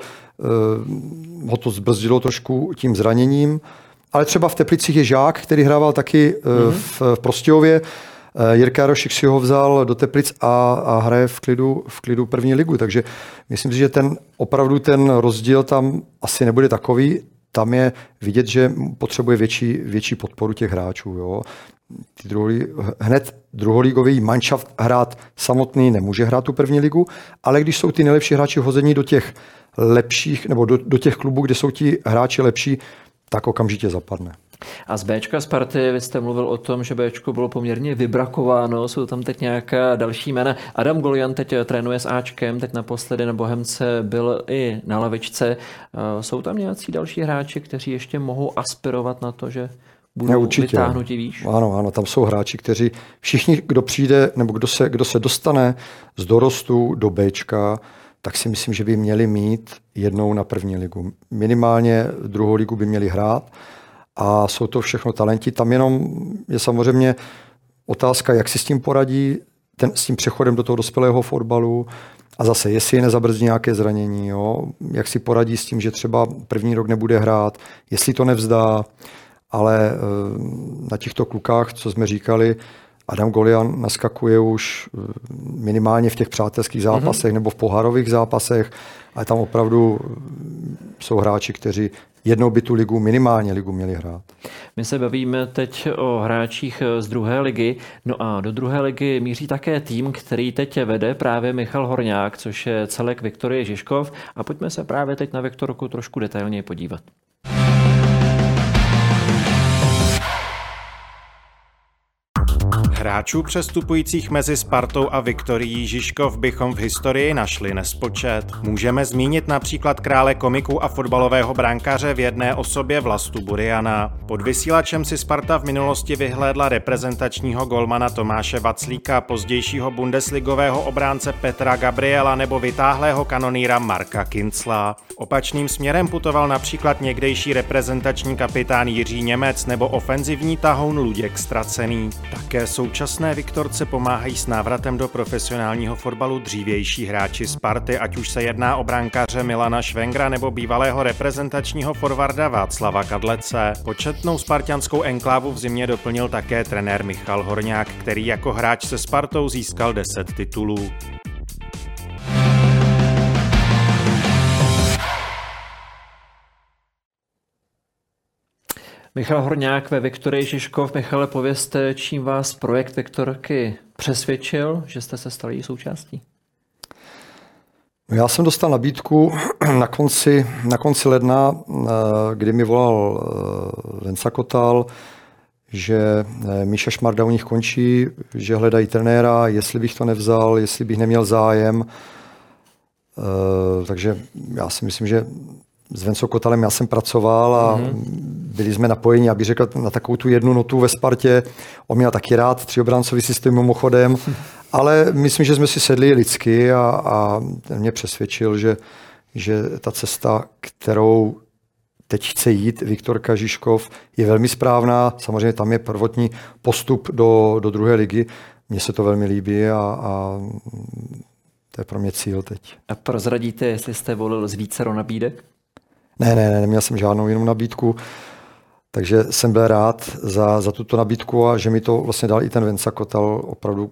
C: ho to zbrzdilo trošku tím zraněním. Ale třeba v Teplicích je Žák, který hrával taky v Prostějově. Jirka Jarošik si ho vzal do Teplic a hraje v klidu první ligu. Takže myslím si, že opravdu ten rozdíl tam asi nebude takový. Tam je vidět, že potřebuje větší podporu těch hráčů. Jo. Hned druholigový manšaft hrát samotný nemůže hrát tu první ligu, ale když jsou ty nejlepší hráči hození do těch lepších, nebo do těch klubů, kde jsou ti hráči lepší, tak okamžitě zapadne.
B: A z Bčka Sparty, vy jste mluvil o tom, že Bčko bylo poměrně vybrakováno, jsou tam teď nějaká další jména. Adam Golian teď trénuje s Ačkem, teď naposledy na Bohemce byl i na lavičce. Jsou tam nějací další hráči, kteří ještě mohou aspirovat na to, že budou vytáhnuti výš?
C: Ano, tam jsou hráči, kteří všichni, kdo přijde, nebo kdo se dostane z dorostu do Bčka, tak si myslím, že by měli mít jednou na první ligu. Minimálně druhou ligu by měli hrát. A jsou to všechno talenti. Tam jenom je samozřejmě otázka, jak si s tím poradí, s tím přechodem do toho dospělého fotbalu a zase, jestli je nezabrzdí nějaké zranění, jo? Jak si poradí s tím, že třeba první rok nebude hrát, jestli to nevzdá ale na těchto klukách, co jsme říkali, Adam Golian naskakuje už minimálně v těch přátelských zápasech nebo v pohárových zápasech, ale tam opravdu jsou hráči, kteří jednou by tu ligu, minimálně ligu měli hrát.
B: My se bavíme teď o hráčích z druhé ligy, no a do druhé ligy míří také tým, který teď vede právě Michal Horňák, což je celek Viktorie Žižkov, a pojďme se právě teď na Viktorku trošku detailněji podívat.
E: Hráčů přestupujících mezi Spartou a Viktorií Žižkov bychom v historii našli nespočet. Můžeme zmínit například krále komiků a fotbalového brankáře v jedné osobě Vlastu Buriana. Pod vysílačem si Sparta v minulosti vyhlédla reprezentačního golmana Tomáše Vaclíka, pozdějšího bundesligového obránce Petra Gabriela nebo vytáhlého kanonýra Marka Kincla. Opačným směrem putoval například někdejší reprezentační kapitán Jiří Němec nebo ofenzivní tahoun Luděk Ztracený. Také současné Viktorce pomáhají s návratem do profesionálního fotbalu dřívější hráči Sparty, ať už se jedná o brankáře Milana Švengra nebo bývalého reprezentačního forwarda Václava Kadlece. Početnou spartanskou enklávu v zimě doplnil také trenér Michal Horňák, který jako hráč se Spartou získal 10 titulů.
B: Michal Horňák ve Viktorii Žižkov. Michale, povězte, čím vás projekt Viktorky přesvědčil, že jste se stali její součástí?
C: Já jsem dostal nabídku na konci ledna, kdy mi volal Venca Kotal, že Míša Šmarda u nich končí, že hledají trenéra, jestli bych to nevzal, jestli bych neměl zájem. Takže já si myslím, že s Vencou Kotalem já jsem pracoval a byli jsme napojeni, aby řekl, na takovou tu jednu notu ve Spartě. On měl taky rád třiobrancový systém mimochodem, ale myslím, že jsme si sedli lidsky a mě přesvědčil, že ta cesta, kterou teď chce jít Viktorka Žižkov, je velmi správná. Samozřejmě tam je prvotní postup do druhé ligy. Mně se to velmi líbí a to je pro mě cíl teď.
B: A prozradíte, jestli jste volil z vícero nabídek?
C: Ne, neměl jsem žádnou jinou nabídku, takže jsem byl rád za tuto nabídku a že mi to vlastně dal i ten Venca Kotal, opravdu,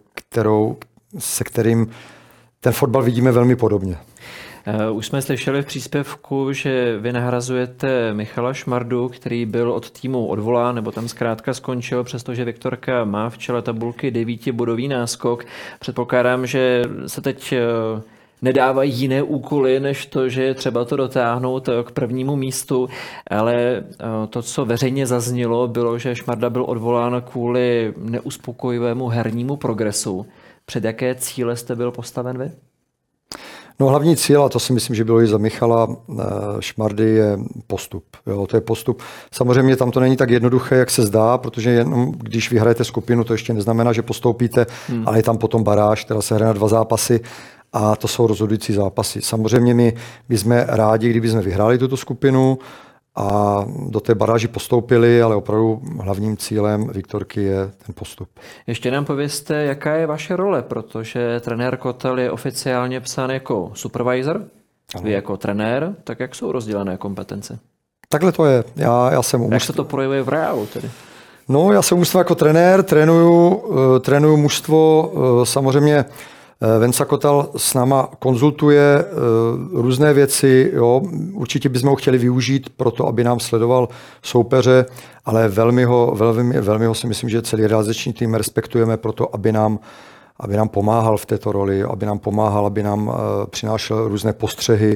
C: se kterým ten fotbal vidíme velmi podobně.
B: Už jsme slyšeli v příspěvku, že vy nahrazujete Michala Šmardu, který byl od týmu odvolán, nebo tam zkrátka skončil, přestože Viktorka má v čele tabulky 9bodový náskok. Předpokládám, že se teď nedávají jiné úkoly, než to, že je třeba to dotáhnout k prvnímu místu, ale to, co veřejně zaznělo, bylo, že Šmarda byl odvolán kvůli neuspokojivému hernímu progresu. Před jaké cíle jste byl postaven vy?
C: No hlavní cíl, a to si myslím, že bylo i za Michala Šmardy, je postup. Jo, to je postup. Samozřejmě tam to není tak jednoduché, jak se zdá, protože jenom když vyhrajete skupinu, to ještě neznamená, že postoupíte, ale je tam potom baráž, která se hraje na 2 zápasy a to jsou rozhodující zápasy. Samozřejmě my jsme rádi, kdyby jsme vyhráli tuto skupinu a do té baráži postoupili, ale opravdu hlavním cílem Viktorky je ten postup.
B: Ještě nám povězte, jaká je vaše role, protože trenér Kotel je oficiálně psán jako supervisor, vy jako trenér, tak jak jsou rozdělené kompetence?
C: Takhle to je. Já jsem
B: jak se to projevuje v reálu tedy?
C: No, já jsem mužstvo jako trenér, trénuju mužstvo, samozřejmě Venca Kotal s náma konzultuje různé věci. Jo. Určitě bychom ho chtěli využít pro to, aby nám sledoval soupeře, ale velmi ho si myslím, že celý realizační tým respektujeme pro to, aby nám pomáhal v této roli, aby nám přinášel různé postřehy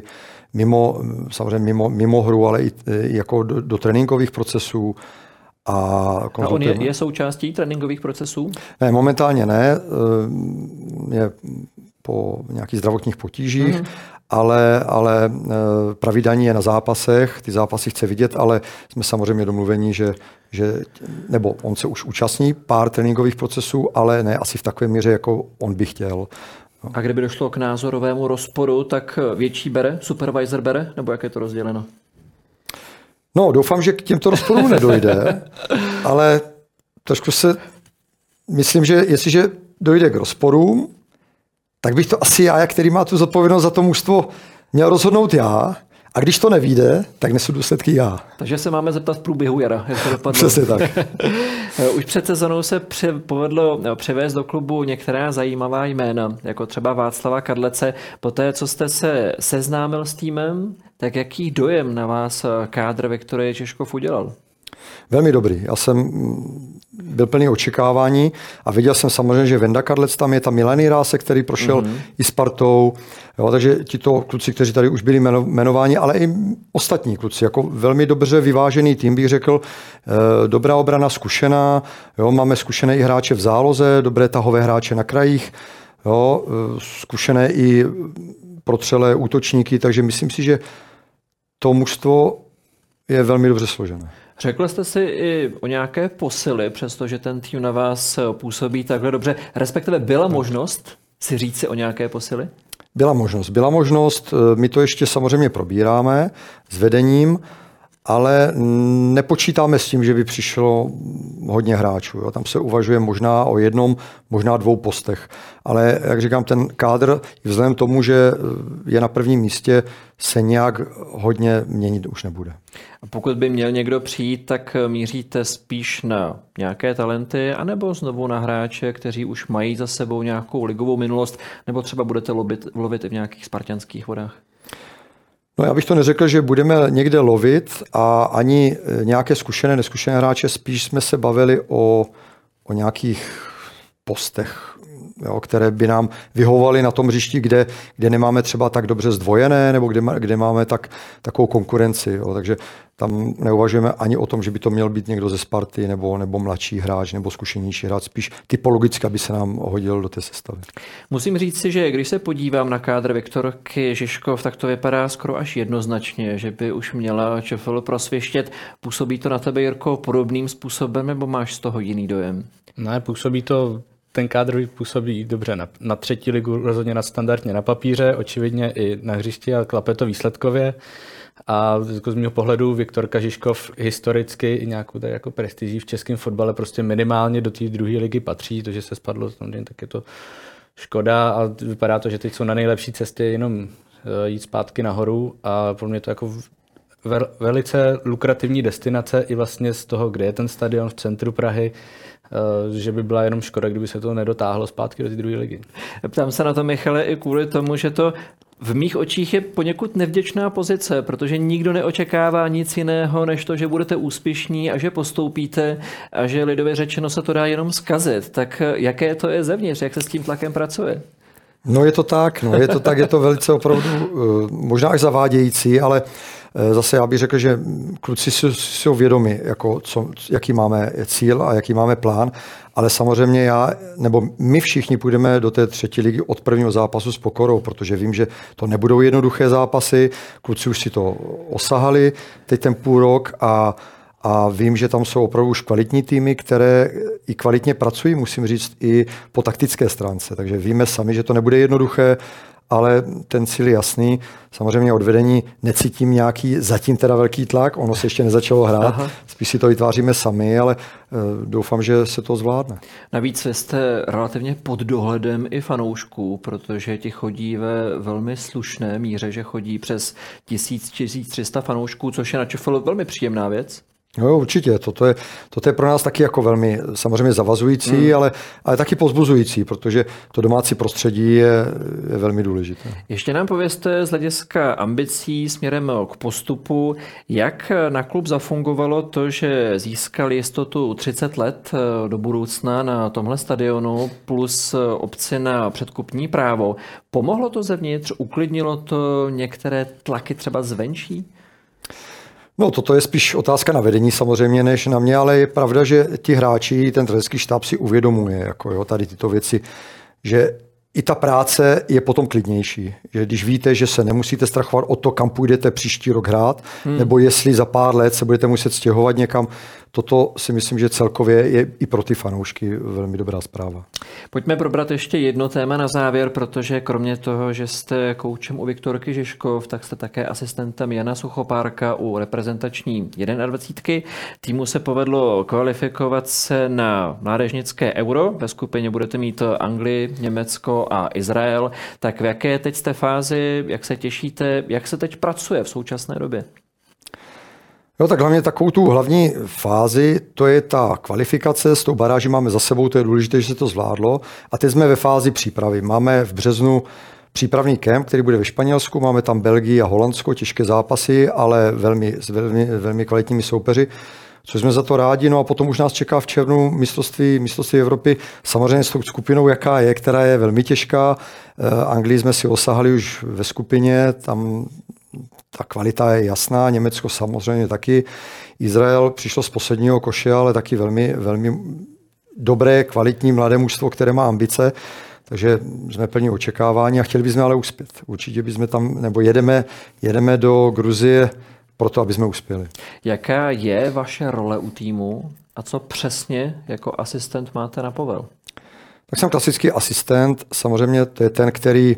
C: mimo hru, ale i jako do tréninkových procesů. A
B: on je součástí tréninkových procesů?
C: Ne, momentálně ne. Je po nějakých zdravotních potížích, ale pravidelně je na zápasech. Ty zápasy chce vidět, ale jsme samozřejmě domluveni, nebo on se už účastní pár tréninkových procesů, ale ne asi v takové míře, jako on by chtěl.
B: A kdyby došlo k názorovému rozporu, tak větší bere, supervisor bere, nebo jak je to rozděleno?
C: No, doufám, že k těmto rozporům nedojde, ale trošku myslím, že jestliže dojde k rozporům, tak bych to asi já, který má tu zodpovědnost za to mužstvo, měl rozhodnout já A když to nevyjde, tak nesu důsledky já.
B: Takže se máme zeptat v průběhu jara, jak to dopadlo.
C: Přesně tak.
B: Už před sezónou se povedlo převést do klubu některá zajímavá jména, jako třeba Václava Kadlece. Poté, co jste se seznámil s týmem, tak jaký dojem na vás kádr Viktorie Žižkov udělal?
C: Velmi dobrý. Já jsem byl plný očekávání a viděl jsem samozřejmě, že Venda Kadlec tam je, tam Milan Rásek, který prošel i Spartou. Jo, takže tito kluci, kteří tady už byli jmenováni, ale i ostatní kluci, jako velmi dobře vyvážený tým, bych řekl, dobrá obrana, zkušená, jo, máme zkušené i hráče v záloze, dobré tahové hráče na krajích, jo, zkušené i protřelé útočníky, takže myslím si, že to mužstvo je velmi dobře složené.
B: Řekl jste si i o nějaké posily, přestože ten tým na vás působí takhle dobře, respektive byla možnost si říct si o nějaké posily?
C: Byla možnost, my to ještě samozřejmě probíráme s vedením, ale nepočítáme s tím, že by přišlo hodně hráčů. Jo. Tam se uvažuje možná o jednom, možná 2 postech. Ale jak říkám, ten kádr, vzhledem k tomu, že je na prvním místě, se nějak hodně měnit už nebude.
B: A pokud by měl někdo přijít, tak míříte spíš na nějaké talenty, anebo znovu na hráče, kteří už mají za sebou nějakou ligovou minulost, nebo třeba budete lovit i v nějakých spartanských vodách?
C: No, já bych to neřekl, že budeme někde lovit a ani nějaké zkušené, neskušené hráče, spíš jsme se bavili o nějakých postech, jo, které by nám vyhovovaly na tom hřišti, kde nemáme třeba tak dobře zdvojené, nebo kde máme takovou konkurenci. Jo. Takže tam neuvažujeme ani o tom, že by to měl být někdo ze Sparty, nebo mladší hráč, nebo zkušenější hráč, spíš typologicky, aby se nám hodil do té sestavy.
B: Musím říct si, že když se podívám na kádr Viktorky Žižkov, tak to vypadá skoro až jednoznačně, že by už měla ČFL prosvěštět. Působí to na tebe, Jirko, podobným způsobem, nebo máš z toho jiný dojem?
D: Ne, působí to, ten kádr působí dobře na 3. ligu, rozhodně nadstandardně na papíře, očividně i na hřišti, ale klape to výsledkově. A z mého pohledu Viktorka Žižkov historicky i nějakou tady jako prestiží v českém fotbale prostě minimálně do té 2. ligy patří, to, že se spadlo, tak je to škoda a vypadá to, že teď jsou na nejlepší cestě jenom jít zpátky nahoru a pro mě to jako velice lukrativní destinace i vlastně z toho, kde je ten stadion v centru Prahy, že by byla jenom škoda, kdyby se to nedotáhlo zpátky do té 2. ligy.
B: Ptám se na to, Michale, i kvůli tomu, že to v mých očích je poněkud nevděčná pozice, protože nikdo neočekává nic jiného, než to, že budete úspěšní a že postoupíte a že lidově řečeno se to dá jenom zkazit. Tak jaké to je zevnitř, jak se s tím tlakem pracuje?
C: No je to tak, je to velice opravdu možná až zavádějící, ale zase já bych řekl, že kluci jsou vědomi, jako jaký máme cíl a jaký máme plán, ale samozřejmě my všichni půjdeme do té 3. ligy od prvního zápasu s pokorou, protože vím, že to nebudou jednoduché zápasy, kluci už si to osahali teď ten půl rok a vím, že tam jsou opravdu už kvalitní týmy, které i kvalitně pracují, musím říct, i po taktické stránce. Takže víme sami, že to nebude jednoduché, ale ten cíl je jasný. Samozřejmě od vedení necítím nějaký zatím teda velký tlak, ono se ještě nezačalo hrát, spíš si to vytváříme sami, ale doufám, že se to zvládne.
B: Navíc jste relativně pod dohledem i fanoušků, protože ti chodí ve velmi slušné míře, že chodí přes 1000-1300 fanoušků, což je na ČFL velmi příjemná věc.
C: No určitě, toto je pro nás taky jako velmi samozřejmě zavazující, ale taky povzbuzující, protože to domácí prostředí je velmi důležité.
B: Ještě nám povězte z hlediska ambicí směrem k postupu, jak na klub zafungovalo to, že získal jistotu 30 let do budoucna na tomhle stadionu plus opci na předkupní právo. Pomohlo to zevnitř? Uklidnilo to některé tlaky třeba zvenčí?
C: No, toto je spíš otázka na vedení samozřejmě, než na mě, ale je pravda, že ti hráči, ten trenerský štáb si uvědomuje jako tady tyto věci, že i ta práce je potom klidnější. Že když víte, že se nemusíte strachovat o to, kam půjdete příští rok hrát, nebo jestli za pár let se budete muset stěhovat někam, toto si myslím, že celkově je i pro ty fanoušky velmi dobrá zpráva.
B: Pojďme probrat ještě jedno téma na závěr, protože kromě toho, že jste koučem u Viktorky Žižkov, tak jste také asistentem Jana Suchopárka u reprezentační 21. Týmu se povedlo kvalifikovat se na mládežnické Euro. Ve skupině budete mít Anglii, Německo a Izrael. Tak v jaké teď jste fázi, jak se těšíte, jak se teď pracuje v současné době?
C: Jo, tak hlavně takovou tu hlavní fázi, to je ta kvalifikace, s tou baráží máme za sebou, to je důležité, že se to zvládlo. A teď jsme ve fázi přípravy. Máme v březnu přípravný kemp, který bude ve Španělsku, máme tam Belgii a Holandsko, těžké zápasy, ale velmi kvalitními soupeři, což jsme za to rádi. No a potom už nás čeká v červnu mistrovství Evropy, samozřejmě s tou skupinou, jaká je, která je velmi těžká. Anglii jsme si osahali už ve skupině, tam ta kvalita je jasná, Německo samozřejmě taky. Izrael přišlo z posledního koše, ale taky velmi dobré, kvalitní mladé mužstvo, které má ambice. Takže jsme plní očekávání a chtěli bychom ale uspět. Určitě bychom tam, nebo jedeme do Gruzie proto, aby jsme uspěli.
B: Jaká je vaše role u týmu a co přesně jako asistent máte na povel?
C: Tak jsem klasický asistent, samozřejmě to je ten,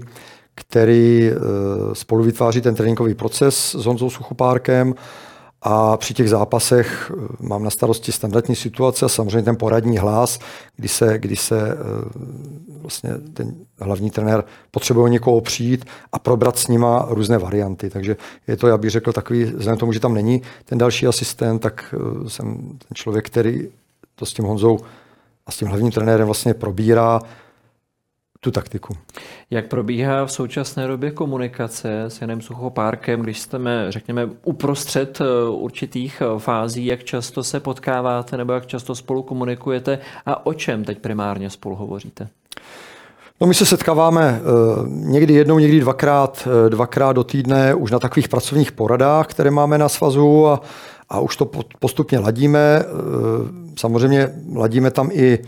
C: který spolu vytváří ten tréninkový proces s Honzou Suchopárkem a při těch zápasech mám na starosti standardní situace a samozřejmě ten poradní hlas, kdy se vlastně ten hlavní trenér potřebuje někoho přijít a probrat s nima různé varianty. Takže je to, já bych řekl, takový, vzhledem tomu, že tam není ten další asistent, tak jsem ten člověk, který to s tím Honzou a s tím hlavním trenérem vlastně probírá tu taktiku.
B: Jak probíhá v současné době komunikace s Janem Suchopárkem, když jsme, řekněme, uprostřed určitých fází, jak často se potkáváte nebo jak často spolu komunikujete a o čem teď primárně spolu hovoříte?
C: No, my se setkáváme někdy jednou, někdy dvakrát do týdne už na takových pracovních poradách, které máme na svazu a už to postupně ladíme. Samozřejmě ladíme tam i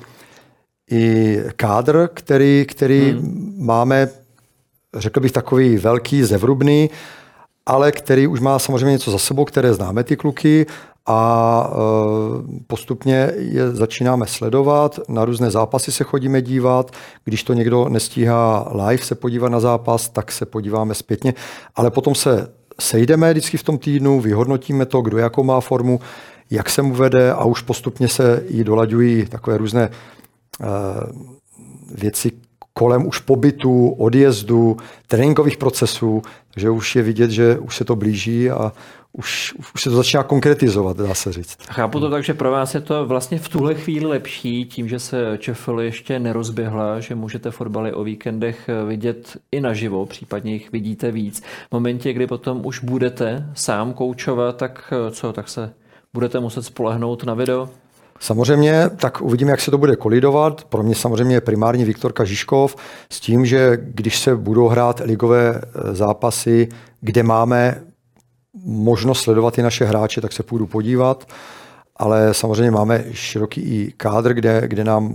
C: kádr, který máme, řekl bych, takový velký, zevrubný, ale který už má samozřejmě něco za sebou, které známe ty kluky a postupně je začínáme sledovat, na různé zápasy se chodíme dívat, když to někdo nestíhá live se podívat na zápas, tak se podíváme zpětně, ale potom se sejdeme vždycky v tom týdnu, vyhodnotíme to, kdo jakou má formu, jak se mu vede a už postupně se jí dolaďují takové různé věci kolem už pobytu, odjezdu, tréninkových procesů, takže už je vidět, že už se to blíží a už se to začíná konkretizovat, dá se říct.
B: Chápu to tak, že pro vás je to vlastně v tuhle chvíli lepší, tím, že se ČFL ještě nerozběhla, že můžete fotbaly o víkendech vidět i naživo, případně jich vidíte víc. V momentě, kdy potom už budete sám koučovat, tak co, tak se budete muset spolehnout na video?
C: Samozřejmě, tak uvidíme, jak se to bude kolidovat. Pro mě samozřejmě je primární Viktorka Žižkov s tím, že když se budou hrát ligové zápasy, kde máme možnost sledovat i naše hráče, tak se půjdu podívat. Ale samozřejmě máme široký i kádr, kde nám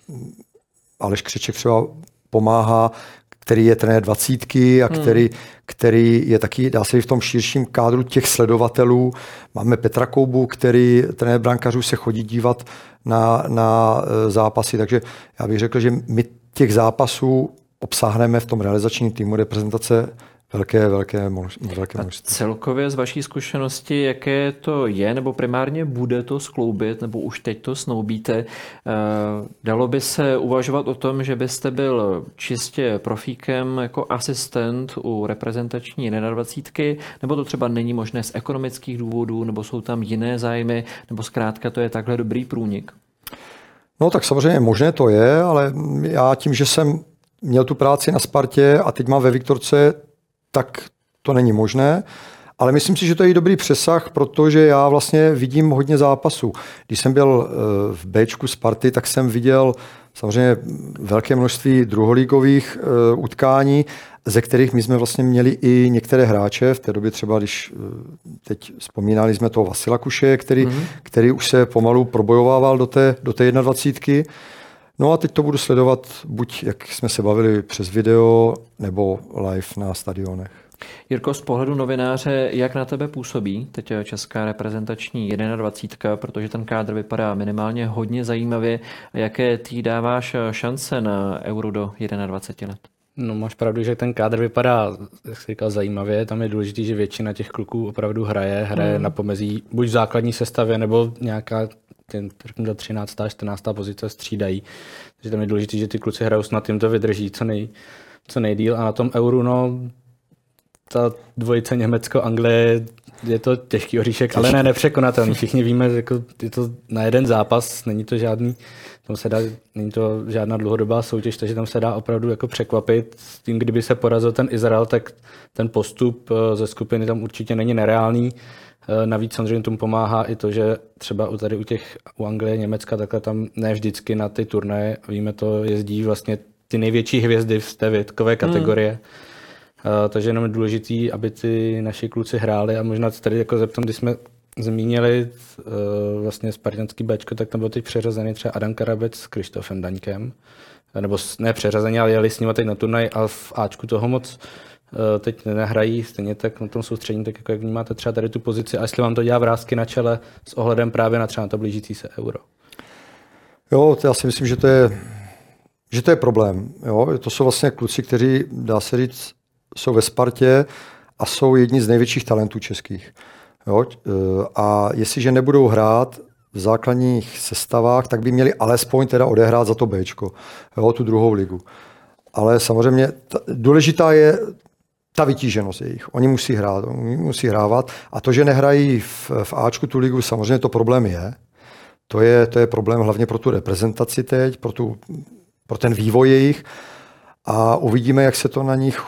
C: Aleš Křeček třeba pomáhá, který je trenér 20 a který je taky, dá se říct, v tom širším kádru těch sledovatelů. Máme Petra Koubu, který trenér brankařů se chodí dívat na zápasy, takže já bych řekl, že my těch zápasů obsáhneme v tom realizačním týmu reprezentace velké množství.
B: Celkově z vaší zkušenosti, jaké to je, nebo primárně bude to skloubit, nebo už teď to snoubíte, dalo by se uvažovat o tom, že byste byl čistě profíkem jako asistent u reprezentační 21, nebo to třeba není možné z ekonomických důvodů, nebo jsou tam jiné zájmy, nebo zkrátka to je takhle dobrý průnik?
C: No tak samozřejmě možné to je, ale já tím, že jsem měl tu práci na Spartě a teď mám ve Viktorce, tak to není možné, ale myslím si, že to je i dobrý přesah, protože já vlastně vidím hodně zápasů. Když jsem byl v Bčku Sparty, tak jsem viděl samozřejmě velké množství druholigových utkání, ze kterých my jsme vlastně měli i některé hráče, v té době třeba, když teď vzpomínali jsme toho Vasila Kuše, který už se pomalu probojovával do té 21. No a teď to budu sledovat buď, jak jsme se bavili, přes video, nebo live na stadionech.
B: Jirko, z pohledu novináře, jak na tebe působí teď česká reprezentační 21, protože ten kádr vypadá minimálně hodně zajímavě. Jaké ty dáváš šance na Euro do 21 let?
D: No, máš pravdu, že ten kádr vypadá, jak jsi říkal, zajímavě. Tam je důležité, že většina těch kluků opravdu hraje na pomezí buď v základní sestavě, nebo nějaká 13. 14. pozice střídají. Takže tam je důležité, že ty kluci hrajou, snad jim to vydrží co nejdýl. A na tom Euru, no, ta dvojice Německo-Anglie je to těžký oříšek, ale ne nepřekonatelný. Všichni víme, že jako je to na jeden zápas, není to žádná dlouhodobá soutěž, takže tam se dá opravdu jako překvapit. S tím, kdyby se porazil ten Izrael, tak ten postup ze skupiny tam určitě není nereálný. Navíc samozřejmě tomu pomáhá i to, že třeba u Anglie, Německa, takhle tam ne vždycky na ty turnaje, víme to, jezdí vlastně ty největší hvězdy v té věkové kategorie. Takže jenom je důležitý, aby ty naši kluci hráli a možná tady jako zeptám, když jsme zmínili vlastně spartanský Bčko, tak tam byl teď přeřazený třeba Adam Karabec s Krištofem Daňkem, nebo ne přeřazený, ale jeli s nimi teď na turnaj a v Ačku toho moc teď nehrají, stejně tak na tom soustředění, tak jako jak vnímáte třeba tady tu pozici a jestli vám to dělá vrásky na čele s ohledem právě na třeba na to blížící se Euro.
C: Jo, já si myslím, že to je problém. Jo? To jsou vlastně kluci, kteří, dá se říct, jsou ve Spartě a jsou jedni z největších talentů českých. Jo? A jestliže nebudou hrát v základních sestavách, tak by měli alespoň teda odehrát za to Bčko, jo? Tu druhou ligu. Ale samozřejmě důležitá je ta vytíženost jejich. Oni musí hrávat a to, že nehrají v Ačku tu ligu, samozřejmě to problém je. To je problém hlavně pro tu reprezentaci teď, pro ten vývoj jejich a uvidíme, jak se to na nich,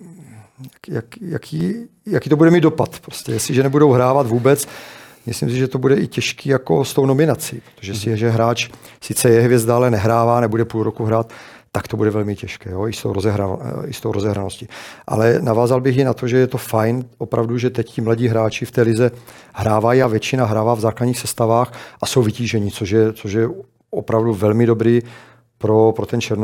C: jaký to bude mít dopad. Prostě, jestliže nebudou hrávat vůbec, myslím si, že to bude i těžký jako s tou nominací, protože že hráč sice je hvězda, ale nehrává, nebude půl roku hrát, tak to bude velmi těžké, jo, i s tou rozehraností. Ale navázal bych i na to, že je to fajn opravdu, že teď ti mladí hráči v té lize hrávají a většina hrává v základních sestavách a jsou vytížení, což je opravdu velmi dobrý pro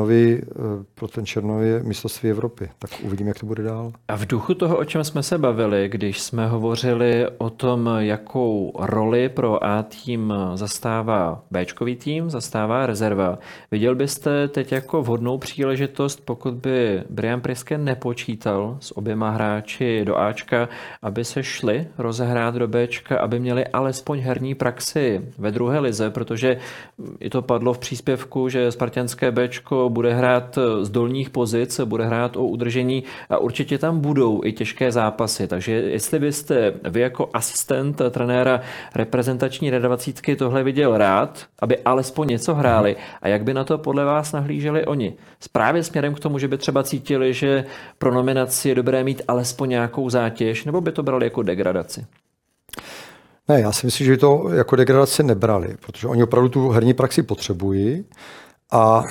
C: ten černový mistrovství Evropy. Tak uvidíme, jak to bude dál.
B: A v duchu toho, o čem jsme se bavili, když jsme hovořili o tom, jakou roli pro A tým zastává Bčkový tým, zastává rezerva, viděl byste teď jako vhodnou příležitost, pokud by Brian Priske nepočítal s oběma hráči do Ačka, aby se šli rozehrát do Bčka, aby měli alespoň herní praxi ve druhé lize, protože i to padlo v příspěvku, že spartanské Bčko bude hrát z dolních pozic, bude hrát o udržení a určitě tam budou i těžké zápasy. Takže jestli byste vy jako asistent trenéra reprezentační D20 tohle viděl rád, aby alespoň něco hráli a jak by na to podle vás nahlíželi oni? Právě směrem k tomu, že by třeba cítili, že pro nominaci je dobré mít alespoň nějakou zátěž, nebo by to brali jako degradaci?
C: Ne, já si myslím, že by to jako degradaci nebrali, protože oni opravdu tu herní praxi potřebují. A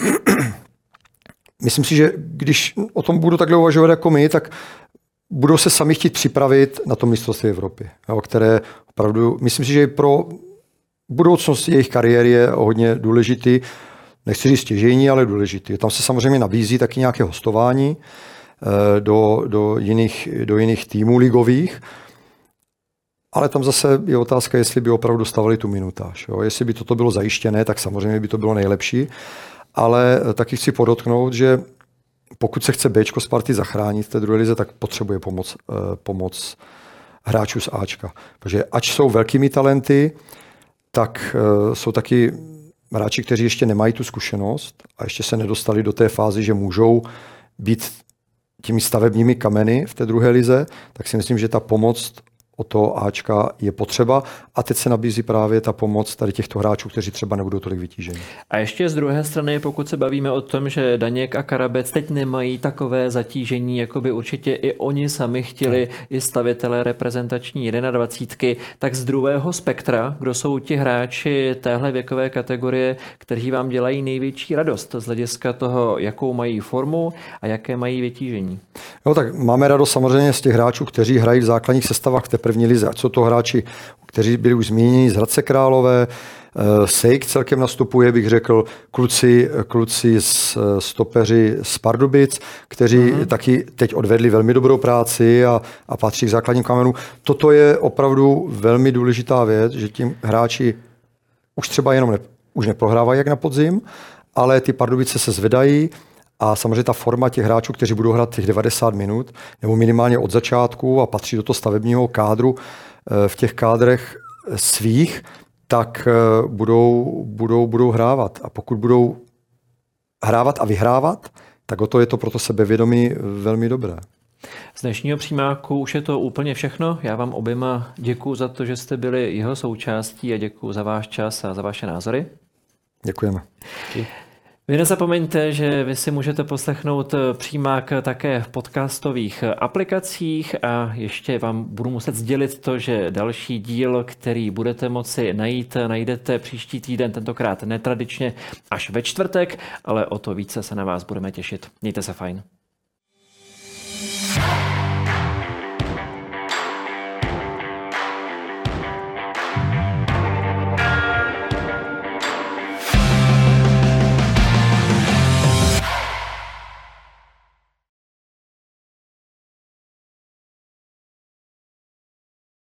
C: myslím si, že když o tom budu takhle uvažovat jako my, tak budou se sami chtít připravit na to mistrovství Evropy, které opravdu, myslím si, že pro budoucnost jejich kariéry je hodně důležitý, nechci říct stěžejní, ale důležitý. Tam se samozřejmě nabízí taky nějaké hostování do jiných týmů ligových, ale tam zase je otázka, jestli by opravdu dostávali tu minutáž. Jo? Jestli by toto bylo zajištěné, tak samozřejmě by to bylo nejlepší. Ale taky chci podotknout, že pokud se chce Bčko Sparty zachránit v té druhé lize, tak potřebuje pomoc hráčů z Ačka. Protože ač jsou velkými talenty, tak jsou taky hráči, kteří ještě nemají tu zkušenost a ještě se nedostali do té fázy, že můžou být těmi stavebními kameny v té druhé lize, tak si myslím, že ta pomoc o to Ačka je potřeba a teď se nabízí právě ta pomoc tady těchto hráčů, kteří třeba nebudou tolik vytíženi.
B: A ještě z druhé strany, pokud se bavíme o tom, že Daněk a Karabec teď nemají takové zatížení, jako by určitě i oni sami chtěli, i stavitelé reprezentační 21, tak z druhého spektra, kdo jsou ti hráči téhle věkové kategorie, kteří vám dělají největší radost z hlediska toho, jakou mají formu a jaké mají vytížení?
C: No tak máme radost samozřejmě z těch hráčů, kteří hrají v základních sestavách v té první lize. Ať jsou to hráči, kteří byli už zmíněni z Hradce Králové, Sejk celkem nastupuje, bych řekl, kluci stopeři z Pardubic, kteří taky teď odvedli velmi dobrou práci a patří k základním kamenům. Toto je opravdu velmi důležitá věc, že tím hráči už třeba jenom už neprohrávají jak na podzim, ale ty Pardubice se zvedají a samozřejmě ta forma těch hráčů, kteří budou hrát těch 90 minut, nebo minimálně od začátku a patří do toho stavebního kádru v těch kádrech svých, tak budou hrávat. A pokud budou hrávat a vyhrávat, tak o to je to pro to sebevědomí velmi dobré.
B: Z dnešního přímáku už je to úplně všechno. Já vám oběma děkuju za to, že jste byli jeho součástí a děkuju za váš čas a za vaše názory.
C: Děkujeme.
B: Vy nezapomeňte, že vy si můžete poslechnout přímák také v podcastových aplikacích a ještě vám budu muset sdělit to, že další díl, který budete moci najít, najdete příští týden, tentokrát netradičně až ve čtvrtek, ale o to více se na vás budeme těšit. Mějte se fajn.